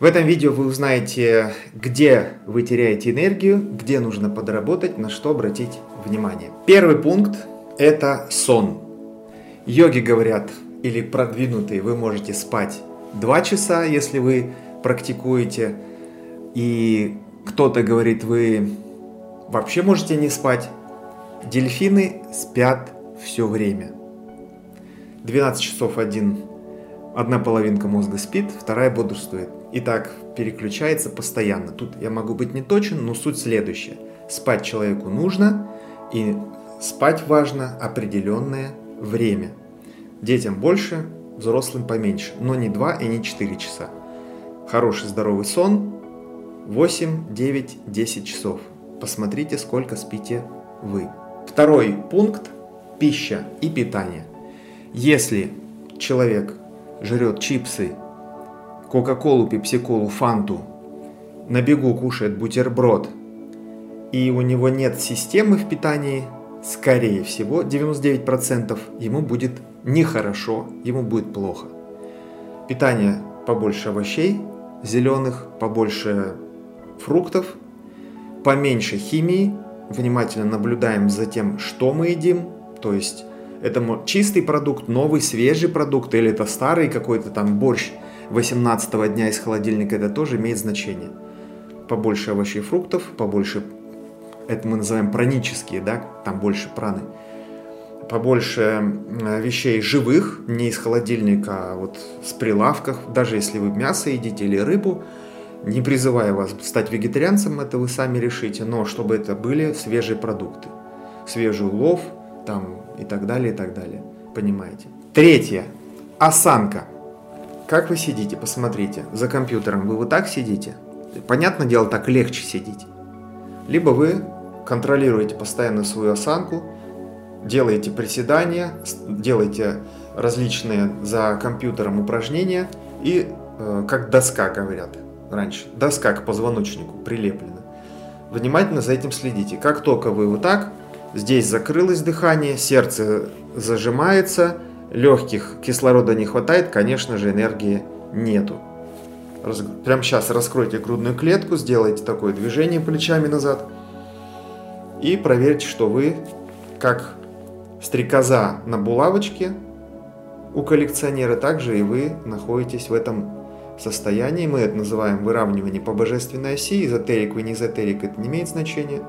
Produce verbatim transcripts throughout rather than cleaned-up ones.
В этом видео вы узнаете, где вы теряете энергию, где нужно подработать, на что обратить внимание. Первый пункт – это сон. Йоги говорят, или продвинутые, вы можете спать два часа, если вы практикуете. И кто-то говорит, вы вообще можете не спать. Дельфины спят все время. двенадцать часов один, одна половинка мозга спит, вторая бодрствует. И так переключается постоянно. Тут я могу быть не точен, но суть следующая. Спать человеку нужно, и спать важно определенное время. Детям больше, взрослым поменьше, но не два и не четыре часа. Хороший здоровый сон восемь, девять, десять часов. Посмотрите, сколько спите вы. Второй пункт – пища и питание. Если человек жрет чипсы, кока-колу, пепси-колу, фанту, на бегу кушает бутерброд, и у него нет системы в питании, скорее всего, девяносто девять процентов ему будет нехорошо, ему будет плохо. Питание побольше овощей зеленых, побольше фруктов, поменьше химии, внимательно наблюдаем за тем, что мы едим, то есть это чистый продукт, новый, свежий продукт, или это старый какой-то там борщ восемнадцатого дня из холодильника, это тоже имеет значение. Побольше овощей и фруктов, побольше, это мы называем пранические, да, там больше праны. Побольше вещей живых, не из холодильника, а вот с прилавков, даже если вы мясо едите или рыбу. Не призываю вас стать вегетарианцем, это вы сами решите, но чтобы это были свежие продукты. Свежий улов, там и так далее, и так далее. Понимаете? Третье. Осанка. Как вы сидите? Посмотрите. За компьютером вы вот так сидите? Понятное дело, так легче сидеть. Либо вы контролируете постоянно свою осанку, делаете приседания, делаете различные за компьютером упражнения и, э, как доска говорят раньше, доска к позвоночнику прилеплена. Внимательно за этим следите. Как только вы вот так, здесь закрылось дыхание, сердце зажимается, легких кислорода не хватает, конечно же, энергии нету. Раз, прямо сейчас раскройте грудную клетку, сделайте такое движение плечами назад и проверьте, что вы как стрекоза на булавочке у коллекционера, также и вы находитесь в этом состоянии. Мы это называем выравнивание по божественной оси. Эзотерик вы не эзотерик, это не имеет значения.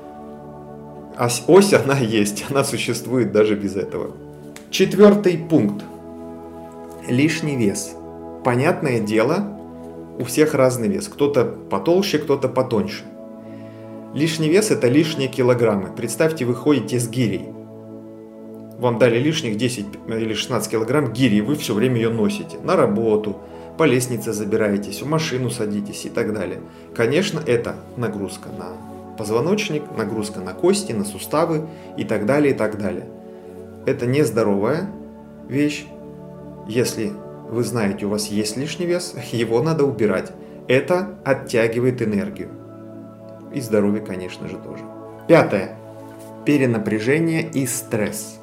Ось, ось она есть, она существует даже без этого. Четвертый пункт. Лишний вес. Понятное дело, у всех разный вес. Кто-то потолще, кто-то потоньше. Лишний вес – это лишние килограммы. Представьте, вы ходите с гирей. Вам дали лишних десять или шестнадцать килограмм гири, и вы все время ее носите. На работу, по лестнице забираетесь, в машину садитесь и так далее. Конечно, это нагрузка на позвоночник, нагрузка на кости, на суставы и так далее, и так далее. Это нездоровая вещь. Если вы знаете, у вас есть лишний вес, его надо убирать. Это оттягивает энергию. И здоровье, конечно же, тоже. Пятое. Перенапряжение и стресс.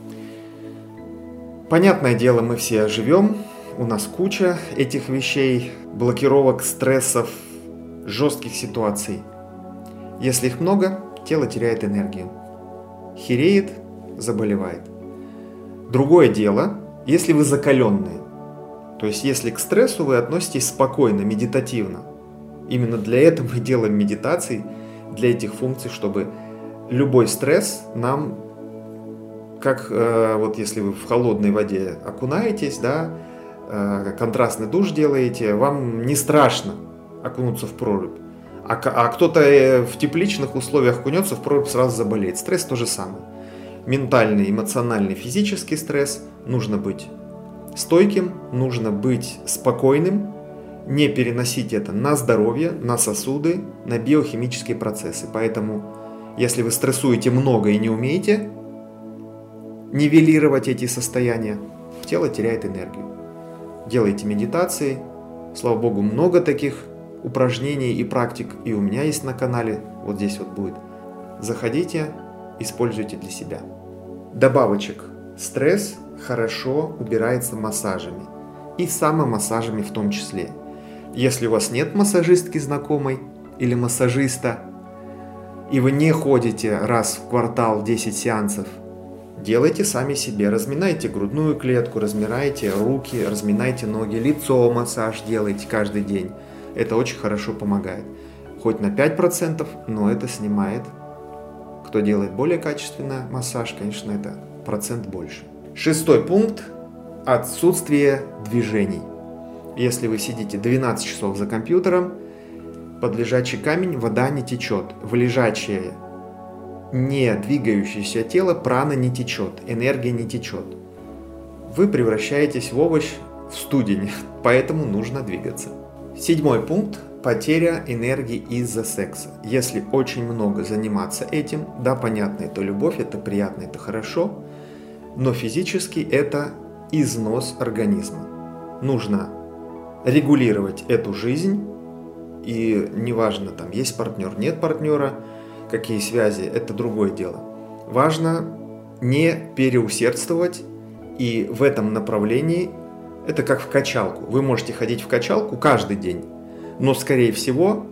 Понятное дело, мы все живем, у нас куча этих вещей, блокировок, стрессов, жестких ситуаций. Если их много, тело теряет энергию, хереет, заболевает. Другое дело, если вы закаленные, то есть если к стрессу вы относитесь спокойно, медитативно. Именно для этого мы делаем медитации, для этих функций, чтобы любой стресс нам, как э, вот если вы в холодной воде окунаетесь, да, э, контрастный душ делаете, вам не страшно окунуться в прорубь. А, а кто-то в тепличных условиях окунется в прорубь, сразу заболеет. Стресс то же самое. Ментальный, эмоциональный, физический стресс. Нужно быть стойким, нужно быть спокойным, не переносить это на здоровье, на сосуды, на биохимические процессы. Поэтому, если вы стрессуете много и не умеете нивелировать эти состояния, тело теряет энергию. Делайте медитации. Слава богу, много таких упражнений и практик и у меня есть на канале. Вот здесь вот будет. Заходите, используйте для себя. Добавочек. Стресс хорошо убирается массажами. И самомассажами в том числе. Если у вас нет массажистки знакомой или массажиста, и вы не ходите раз в квартал десять сеансов, делайте сами себе. Разминайте грудную клетку, разминайте руки, разминайте ноги, лицо массаж делайте каждый день. Это очень хорошо помогает. Хоть на пять процентов, но это снимает. Кто делает более качественно массаж, конечно, это процент больше. Шестой пункт – отсутствие движений. Если вы сидите двенадцать часов за компьютером, под лежачий камень вода не течет. В лежачее, не двигающееся тело прана не течет, энергия не течет. Вы превращаетесь в овощ, в студень, поэтому нужно двигаться. Седьмой пункт – потеря энергии из-за секса. Если очень много заниматься этим, да, понятно, это любовь, это приятно, это хорошо, но физически это износ организма. Нужно регулировать эту жизнь, и неважно, там есть партнер, нет партнера, какие связи, это другое дело. Важно не переусердствовать, и в этом направлении это как в качалку. Вы можете ходить в качалку каждый день, но, скорее всего,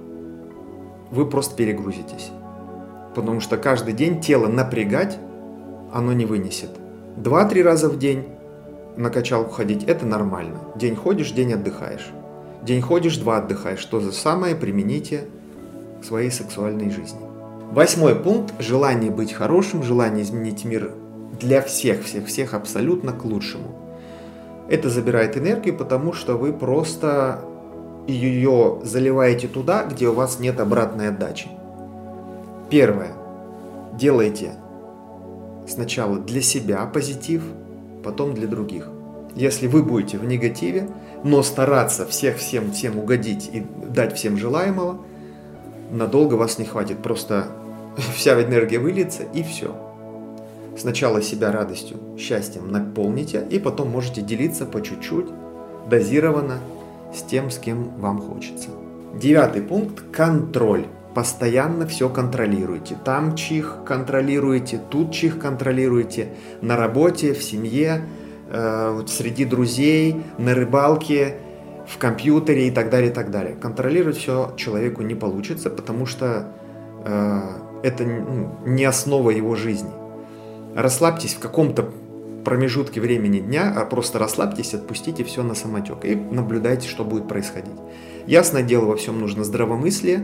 вы просто перегрузитесь. Потому что каждый день тело напрягать оно не вынесет. Два-три раза в день на качалку ходить – это нормально. День ходишь, день отдыхаешь. День ходишь, два отдыхаешь. То же самое примените в своей сексуальной жизни. Восьмой пункт – желание быть хорошим, желание изменить мир для всех, всех, всех абсолютно к лучшему. Это забирает энергию, потому что вы просто ее заливаете туда, где у вас нет обратной отдачи. Первое. Делайте сначала для себя позитив, потом для других. Если вы будете в негативе, но стараться всех всем всем угодить и дать всем желаемого, надолго вас не хватит. Просто вся энергия выльется и все. Сначала себя радостью, счастьем наполните, и потом можете делиться по чуть-чуть, дозированно, с тем, с кем вам хочется. Девятый пункт – контроль. Постоянно все контролируйте. Там чих контролируете, тут чих контролируете, на работе, в семье, э, среди друзей, на рыбалке, в компьютере и так далее, и так далее. Контролировать все человеку не получится, потому что э, это ну, не основа его жизни. Расслабьтесь в каком-то промежутке времени дня, а просто расслабьтесь, отпустите все на самотек и наблюдайте, что будет происходить. Ясное дело, во всем нужно здравомыслие,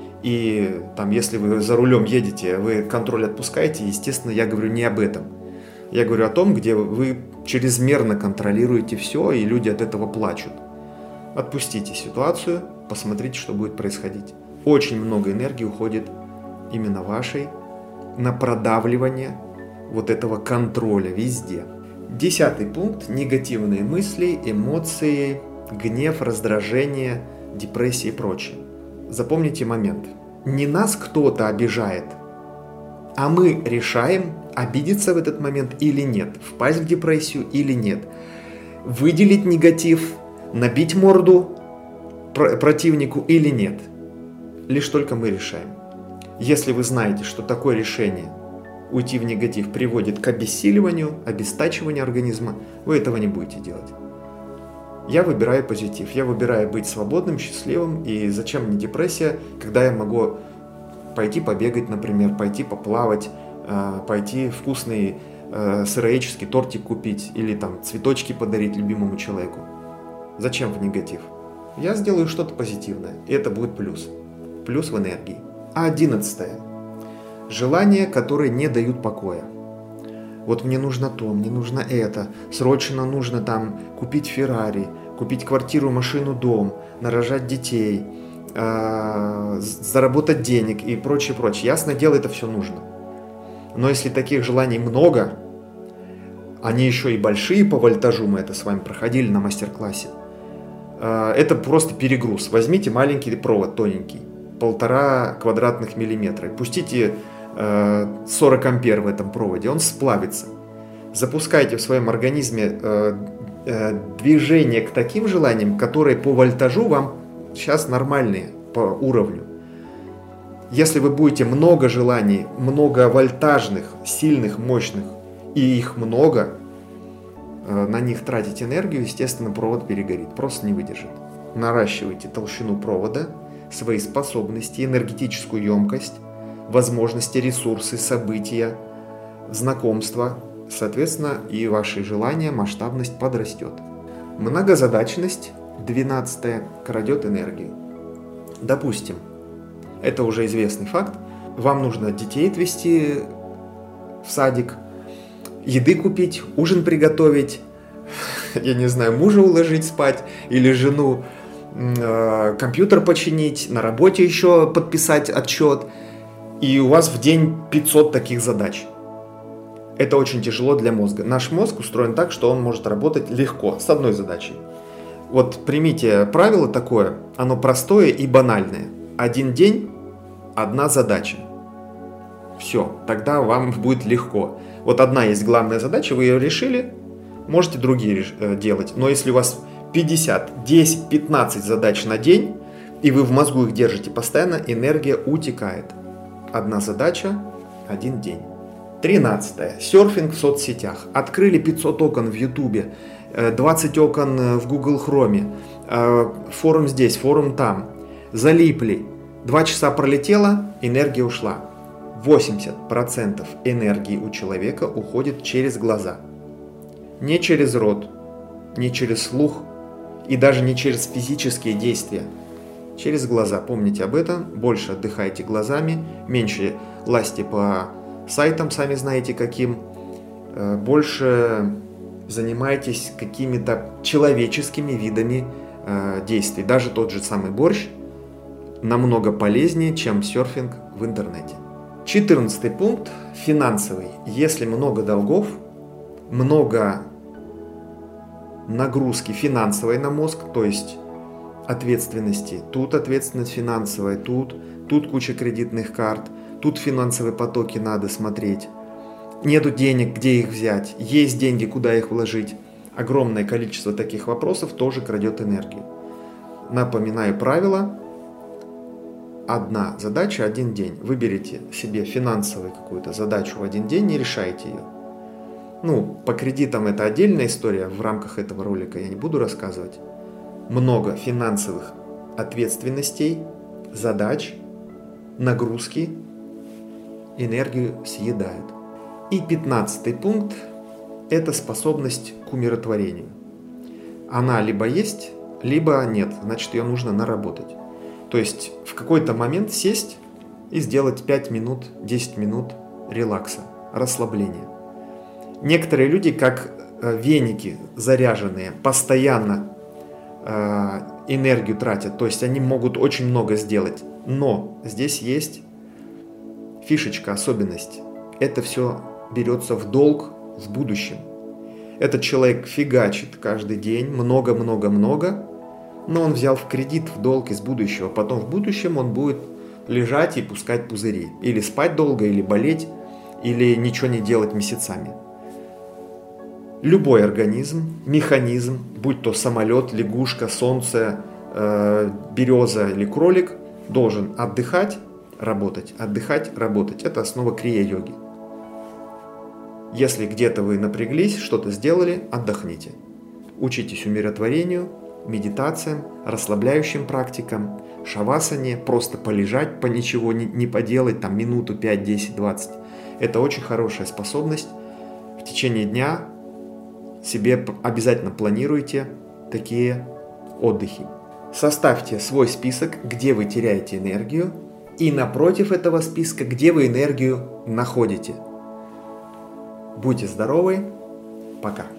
и там, если вы за рулем едете, вы контроль отпускаете, естественно, я говорю не об этом. Я говорю о том, где вы чрезмерно контролируете все, и люди от этого плачут. Отпустите ситуацию, посмотрите, что будет происходить. Очень много энергии уходит именно вашей на продавливание вот этого контроля везде. Десятый пункт – негативные мысли, эмоции, гнев, раздражение, депрессия и прочее. Запомните момент. Не нас кто-то обижает, а мы решаем, обидеться в этот момент или нет, впасть в депрессию или нет, выделить негатив, набить морду противнику или нет. Лишь только мы решаем. Если вы знаете, что такое решение уйти в негатив приводит к обессиливанию, обестачиванию организма, вы этого не будете делать. Я выбираю позитив, я выбираю быть свободным, счастливым, и зачем мне депрессия, когда я могу пойти побегать, например, пойти поплавать, пойти вкусный сыроедческий тортик купить или там цветочки подарить любимому человеку. Зачем в негатив? Я сделаю что-то позитивное, и это будет плюс. Плюс в энергии. А одиннадцатое. Желания, которые не дают покоя. Вот мне нужно то, мне нужно это, срочно нужно там купить Феррари, купить квартиру, машину, дом, нарожать детей, э, заработать денег и прочее, прочее. Ясное дело, это все нужно. Но если таких желаний много, они еще и большие по вольтажу, мы это с вами проходили на мастер-классе, э, это просто перегруз. Возьмите маленький провод, тоненький, полтора квадратных миллиметра, пустите сорок ампер в этом проводе, он сплавится. Запускайте в своем организме э, э, движение к таким желаниям, которые по вольтажу вам сейчас нормальные по уровню. Если вы будете много желаний, много вольтажных, сильных, мощных, и их много, э, на них тратить энергию, естественно, провод перегорит, просто не выдержит. наращивайте толщину провода, свои способности, энергетическую емкость, возможности, ресурсы, события, знакомства. Соответственно, и ваши желания, масштабность подрастет. Многозадачность, двенадцатое, крадет энергию. Допустим, это уже известный факт, вам нужно детей отвезти в садик, еды купить, ужин приготовить, я не знаю, мужа уложить спать или жену, э, компьютер починить, на работе еще подписать отчет. И у вас в день пятьсот таких задач. Это очень тяжело для мозга. Наш мозг устроен так, что он может работать легко, с одной задачей. Вот примите правило такое, оно простое и банальное. Один день, одна задача. Все, тогда вам будет легко. Вот одна есть главная задача, вы ее решили, можете другие делать. Но если у вас пятьдесят, десять, пятнадцать задач на день, и вы в мозгу их держите постоянно, энергия утекает. Одна задача, один день. тринадцатое. Серфинг в соцсетях. Открыли пятьсот окон в Ютубе, двадцать окон в Google Chrome, форум здесь, форум там. Залипли. Два часа пролетело, энергия ушла. восемьдесят процентов энергии у человека уходит через глаза. Не через рот, не через слух и даже не через физические действия. Через глаза. Помните об этом. Больше отдыхайте глазами, меньше лазьте по сайтам, сами знаете каким. Больше занимайтесь какими-то человеческими видами действий. Даже тот же самый борщ намного полезнее, чем серфинг в интернете. четырнадцатый пункт. Финансовый. Если много долгов, много нагрузки финансовой на мозг, то есть ответственности. Тут ответственность финансовая, тут, тут куча кредитных карт, тут финансовые потоки надо смотреть. Нету денег, где их взять, есть деньги, куда их вложить. Огромное количество таких вопросов тоже крадет энергию. Напоминаю правило. Одна задача, один день. Выберите себе финансовую какую-то задачу в один день и решайте ее. Ну, по кредитам это отдельная история, в рамках этого ролика я не буду рассказывать. Много финансовых ответственностей, задач, нагрузки, энергию съедают. И пятнадцатый пункт – это способность к умиротворению. Она либо есть, либо нет, значит ее нужно наработать. То есть в какой-то момент сесть и сделать пять минут, десять минут релакса, расслабления. Некоторые люди, как веники заряженные, постоянно э, энергию тратят, то есть они могут очень много сделать. Но здесь есть фишечка, особенность. Это все берется в долг в будущем. Этот человек фигачит каждый день, много-много-много, но он взял в кредит, в долг из будущего. Потом в будущем он будет лежать и пускать пузыри. Или спать долго, или болеть, или ничего не делать месяцами. Любой организм, механизм, будь то самолет, лягушка, солнце, э, береза или кролик, должен отдыхать, работать, отдыхать, работать. Это основа крия-йоги. Если где-то вы напряглись, что-то сделали, отдохните. Учитесь умиротворению, медитациям, расслабляющим практикам, шавасане, просто полежать, по ничего не, не поделать, там минуту, пять, десять, двадцать. Это очень хорошая способность. В течение дня себе обязательно планируйте такие отдыхи. Составьте свой список, где вы теряете энергию, и напротив этого списка, где вы энергию находите. Будьте здоровы, пока!